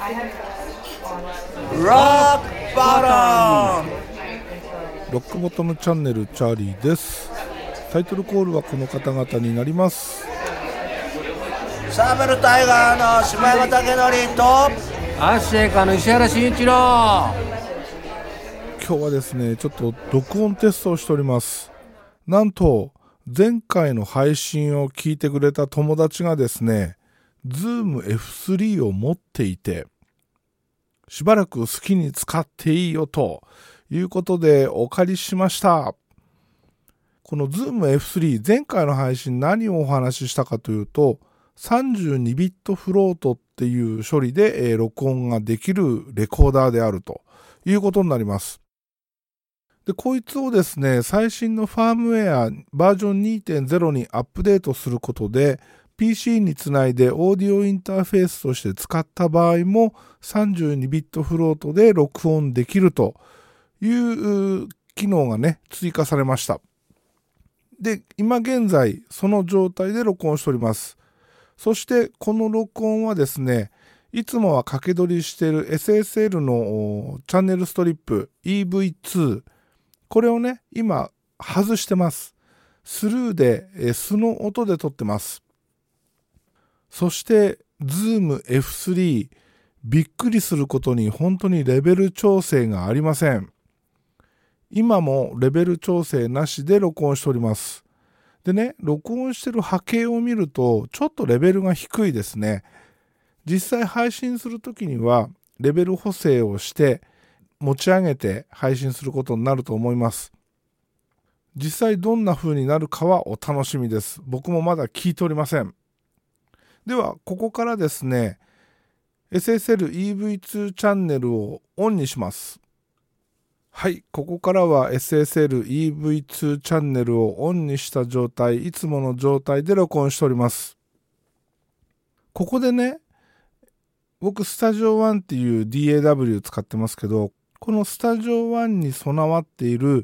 ロックボトム。 ロックボトムチャンネルチャーリーです。タイトルコールはこの方々になります。 サーベルタイガーの柴山武則とアッシェイカーの石原慎一郎。 今日はですね、ちょっと録音テストをしております。なんと前回の配信を聞いてくれた友達がですね、Zoom F3 を持っていて、しばらく好きに使っていいよということでお借りしました。この Zoom F3、前回の配信何をお話ししたかというと、32ビットフロートっていう処理で録音ができるレコーダーであるということになります。で、こいつをですね、最新のファームウェアバージョン 2.0 にアップデートすることで、PC につないでオーディオインターフェースとして使った場合も32ビットフロートで録音できるという機能がね、追加されました。で、今現在その状態で録音しております。そしてこの録音はですね、いつもは掛け取りしている SSL のチャンネルストリップ EV2、これをね、今外してます。スルーで素の音で撮ってます。そして Zoom F3、びっくりすることに本当にレベル調整がありません。今もレベル調整なしで録音しております。でね、録音してる波形を見るとちょっとレベルが低いですね。実際配信するときにはレベル補正をして持ち上げて配信することになると思います。実際どんな風になるかはお楽しみです。僕もまだ聞いておりません。ではここからですね、 SSL EV2 チャンネルをオンにします。はい、ここからは SSL EV2 チャンネルをオンにした状態、いつもの状態で録音しております。ここでね、僕スタジオ1っていう DAW 使ってますけど、このスタジオ1に備わっている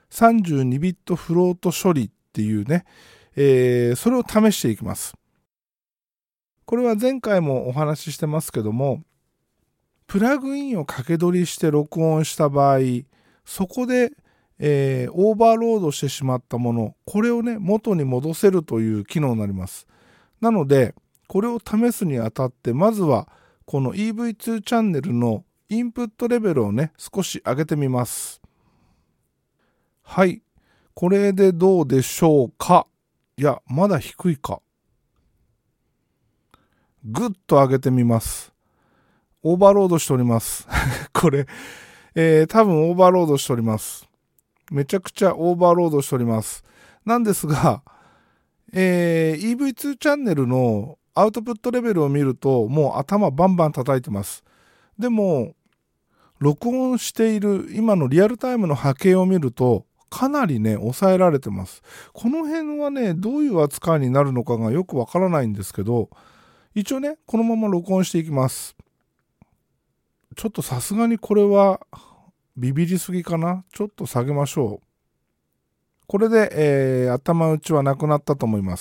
32ビットフロート処理っていうね、それを試していきます。これは前回もお話ししてますけども、プラグインを掛け取りして録音した場合、そこで、オーバーロードしてしまったもの、これをね、元に戻せるという機能になります。なので、これを試すにあたって、まずはこの EV2 チャンネルのインプットレベルをね、少し上げてみます。はい。これでどうでしょうか。いや、まだ低いか。ぐっと上げてみます。オーバーロードしております。これ、多分オーバーロードしております。めちゃくちゃオーバーロードしております。なんですが、EV2 チャンネルのアウトプットレベルを見ると、もう頭バンバン叩いてます。でも、録音している今のリアルタイムの波形を見ると、かなりね、抑えられてます。この辺はね、どういう扱いになるのかがよくわからないんですけど、一応ね、このまま録音していきます。ちょっとさすがにこれはビビりすぎかな。ちょっと下げましょう。これで、頭打ちはなくなったと思います。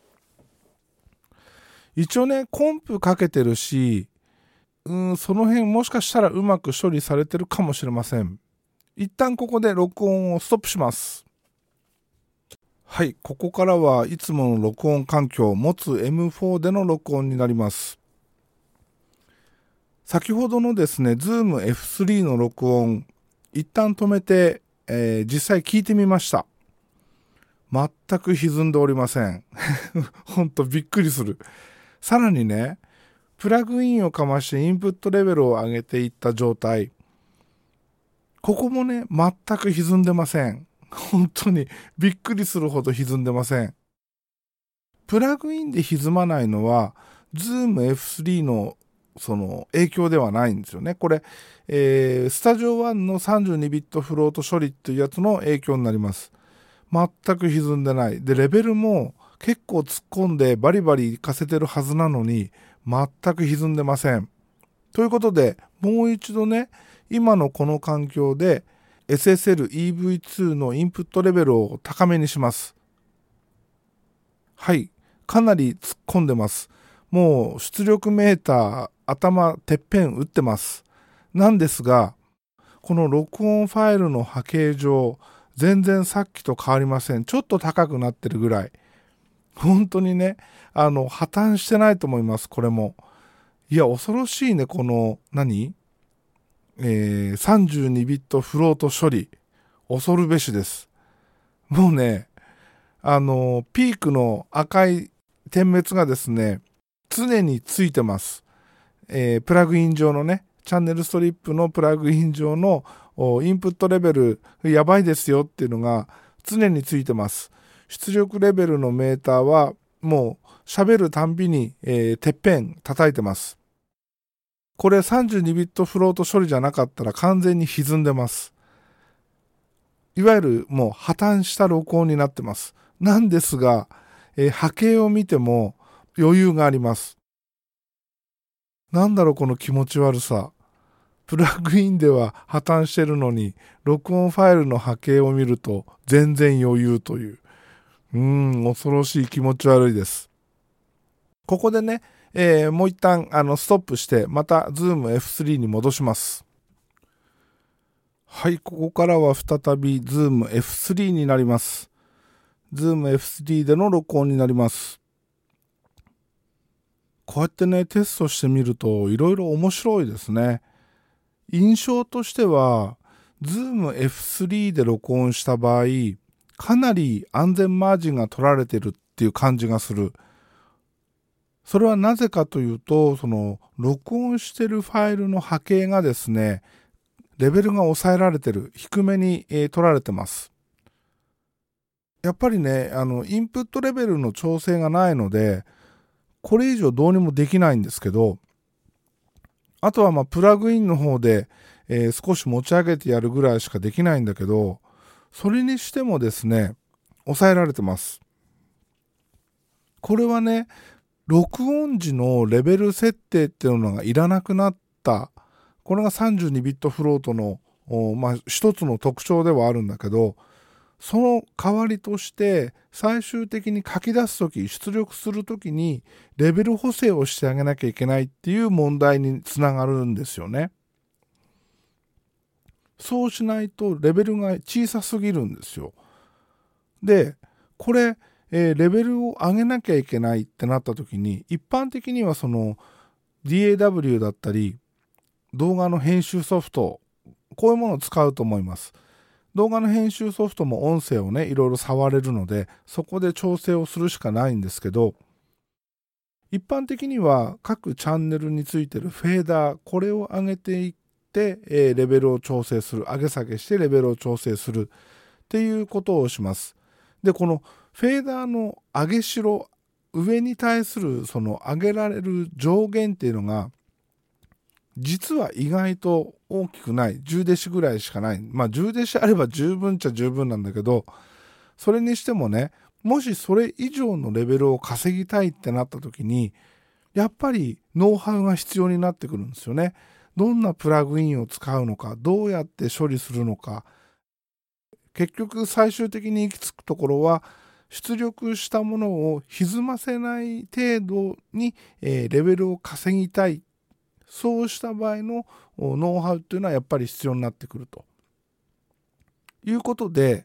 一応ね、コンプかけてるし、その辺もしかしたらうまく処理されてるかもしれません。一旦ここで録音をストップします。はい、ここからはいつもの録音環境、持つ M4 での録音になります。先ほどのですね、Zoom F3 の録音、一旦止めて、実際聞いてみました。全く歪んでおりません。ほんとびっくりする。さらにね、プラグインをかましてインプットレベルを上げていった状態。ここもね、全く歪んでません。本当にびっくりするほど歪んでません。プラグインで歪まないのは Zoom F3 のその影響ではないんですよね。これ、スタジオ1の32ビットフロート処理っていうやつの影響になります。全く歪んでない。で、レベルも結構突っ込んでバリバリ行かせてるはずなのに全く歪んでません。ということで、もう一度ね、今のこの環境で SSL EV2 のインプットレベルを高めにします。はい、かなり突っ込んでます。もう出力メーター頭てっぺん打ってます。なんですが、この録音ファイルの波形上、全然さっきと変わりません。ちょっと高くなってるぐらい。本当にね、破綻してないと思います、これも。いや、恐ろしいね、この、32ビットフロート処理。恐るべしです。もうね、ピークの赤い点滅がですね、常についてます。プラグイン上のね、チャンネルストリップのプラグイン上のインプットレベルやばいですよっていうのが常についてます。出力レベルのメーターはもう喋るたんびに、てっぺん叩いてます。これ32ビットフロート処理じゃなかったら完全に歪んでます。いわゆるもう破綻した録音になってます。なんですが、波形を見ても余裕があります。なんだろうこの気持ち悪さ。プラグインでは破綻してるのに、録音ファイルの波形を見ると全然余裕という。恐ろしい気持ち悪いです。ここでね、もう一旦ストップしてまた Zoom F3 に戻します。はい、ここからは再び Zoom F3 になります。Zoom F3 での録音になります。こうやってね、テストしてみるといろいろ面白いですね。印象としては、Zoom F3 で録音した場合、かなり安全マージンが取られてるっていう感じがする。それはなぜかというと、その録音してるファイルの波形がですね、レベルが抑えられてる、低めに、取られてます。やっぱりね、インプットレベルの調整がないので、これ以上どうにもできないんですけど、あとはプラグインの方で、少し持ち上げてやるぐらいしかできないんだけど、それにしてもですね、抑えられてます。これはね、録音時のレベル設定っていうのがいらなくなった。これが32ビットフロートの、一つの特徴ではあるんだけど、その代わりとして最終的に書き出すとき、出力するときにレベル補正をしてあげなきゃいけないっていう問題につながるんですよね。そうしないとレベルが小さすぎるんですよ。で、これ、レベルを上げなきゃいけないってなったときに、一般的にはその DAW だったり、動画の編集ソフト、こういうものを使うと思います。動画の編集ソフトも音声をね、いろいろ触れるので、そこで調整をするしかないんですけど、一般的には各チャンネルについてるフェーダー、これを上げていって、レベルを調整する、上げ下げしてレベルを調整するっていうことをします。で、このフェーダーの上げしろ、上に対するその上げられる上限っていうのが、実は意外と大きくない。10デシぐらいしかない。10デシあれば十分っちゃ十分なんだけど、それにしてもね、もしそれ以上のレベルを稼ぎたいってなった時に、やっぱりノウハウが必要になってくるんですよね。どんなプラグインを使うのか、どうやって処理するのか。結局最終的に行き着くところは、出力したものを歪ませない程度に、レベルを稼ぎたい。そうした場合のノウハウっていうのはやっぱり必要になってくるということで、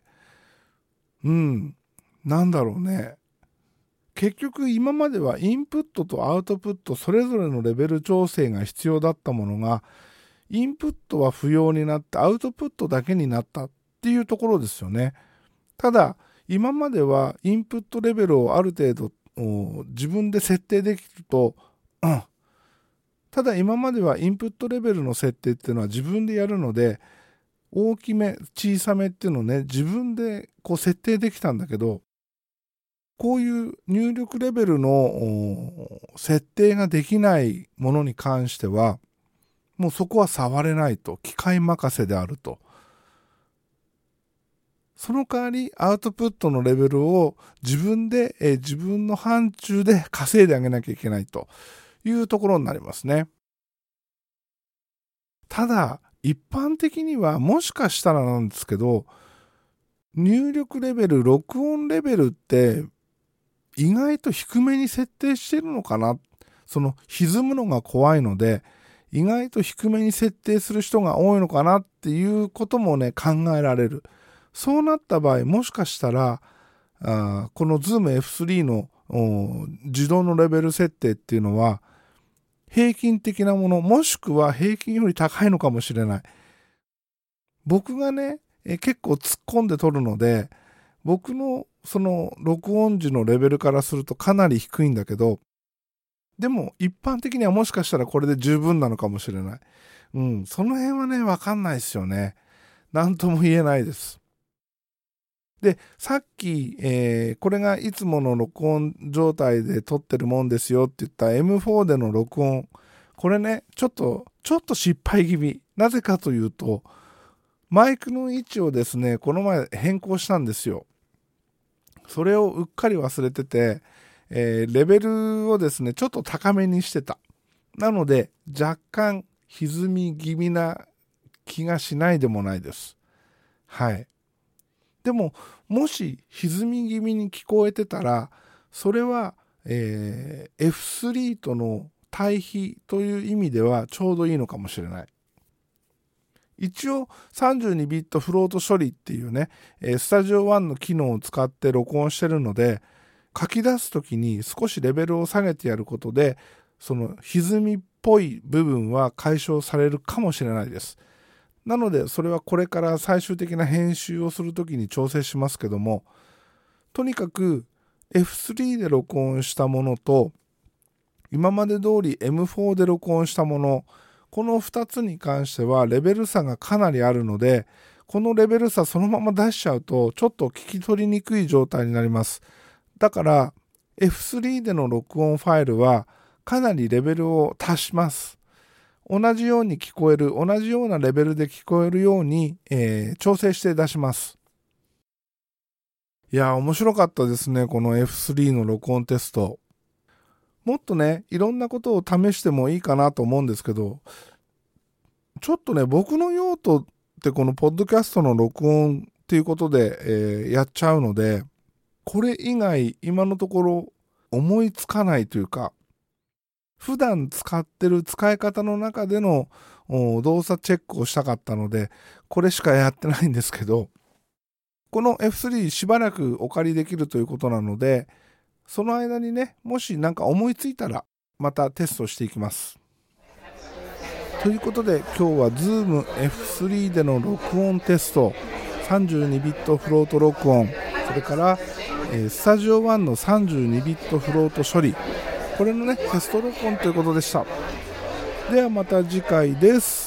なんだろうね。結局今まではインプットとアウトプットそれぞれのレベル調整が必要だったものが、インプットは不要になってアウトプットだけになったっていうところですよね。ただ今まではインプットレベルをある程度自分で設定できると、ただ今まではインプットレベルの設定っていうのは自分でやるので、大きめ小さめっていうのをね、自分でこう設定できたんだけど、こういう入力レベルの設定ができないものに関しては、もうそこは触れないと、機械任せであると。その代わりアウトプットのレベルを自分で、自分の範疇で稼いであげなきゃいけないというところになりますね。ただ一般的にはもしかしたらなんですけど、入力レベル、録音レベルって意外と低めに設定してるのかな。 その歪むのが怖いので、意外と低めに設定する人が多いのかなっていうこともね、考えられる。そうなった場合、もしかしたらこの Zoom F3 の自動のレベル設定っていうのは平均的なもの、もしくは平均より高いのかもしれない。僕がね、結構突っ込んで撮るので、僕のその録音時のレベルからするとかなり低いんだけど、でも一般的にはもしかしたらこれで十分なのかもしれない。その辺はね、わかんないですよね。なんとも言えないです。で、さっき、これがいつもの録音状態で撮ってるもんですよって言った M4 での録音。これね、ちょっと失敗気味。なぜかというと、マイクの位置をですね、この前変更したんですよ。それをうっかり忘れてて、レベルをですね、ちょっと高めにしてた。なので、若干歪み気味な気がしないでもないです。はい。でも、もし歪み気味に聞こえてたら、それは、F3 との対比という意味ではちょうどいいのかもしれない。一応32ビットフロート処理っていうね、スタジオ1の機能を使って録音してるので、書き出すときに少しレベルを下げてやることで、その歪みっぽい部分は解消されるかもしれないです。なのでそれはこれから最終的な編集をするときに調整しますけども、とにかく F3 で録音したものと今まで通り M4 で録音したもの、この2つに関してはレベル差がかなりあるので、このレベル差そのまま出しちゃうとちょっと聞き取りにくい状態になります。だから F3 での録音ファイルはかなりレベルを足します。同じように聞こえる、同じようなレベルで聞こえるように、調整して出します。いや、面白かったですね、この F3 の録音テスト。もっとね、いろんなことを試してもいいかなと思うんですけど、ちょっとね、僕の用途ってこのポッドキャストの録音っていうことで、やっちゃうので、これ以外今のところ思いつかないというか、普段使ってる使い方の中での動作チェックをしたかったので、これしかやってないんですけど、この F3 しばらくお借りできるということなので、その間にね、もし何か思いついたらまたテストしていきます。ということで今日は Zoom F3 での録音テスト、32ビットフロート録音、それからスタジオ1の32ビットフロート処理、これのねテスト録音ということでした。ではまた次回です。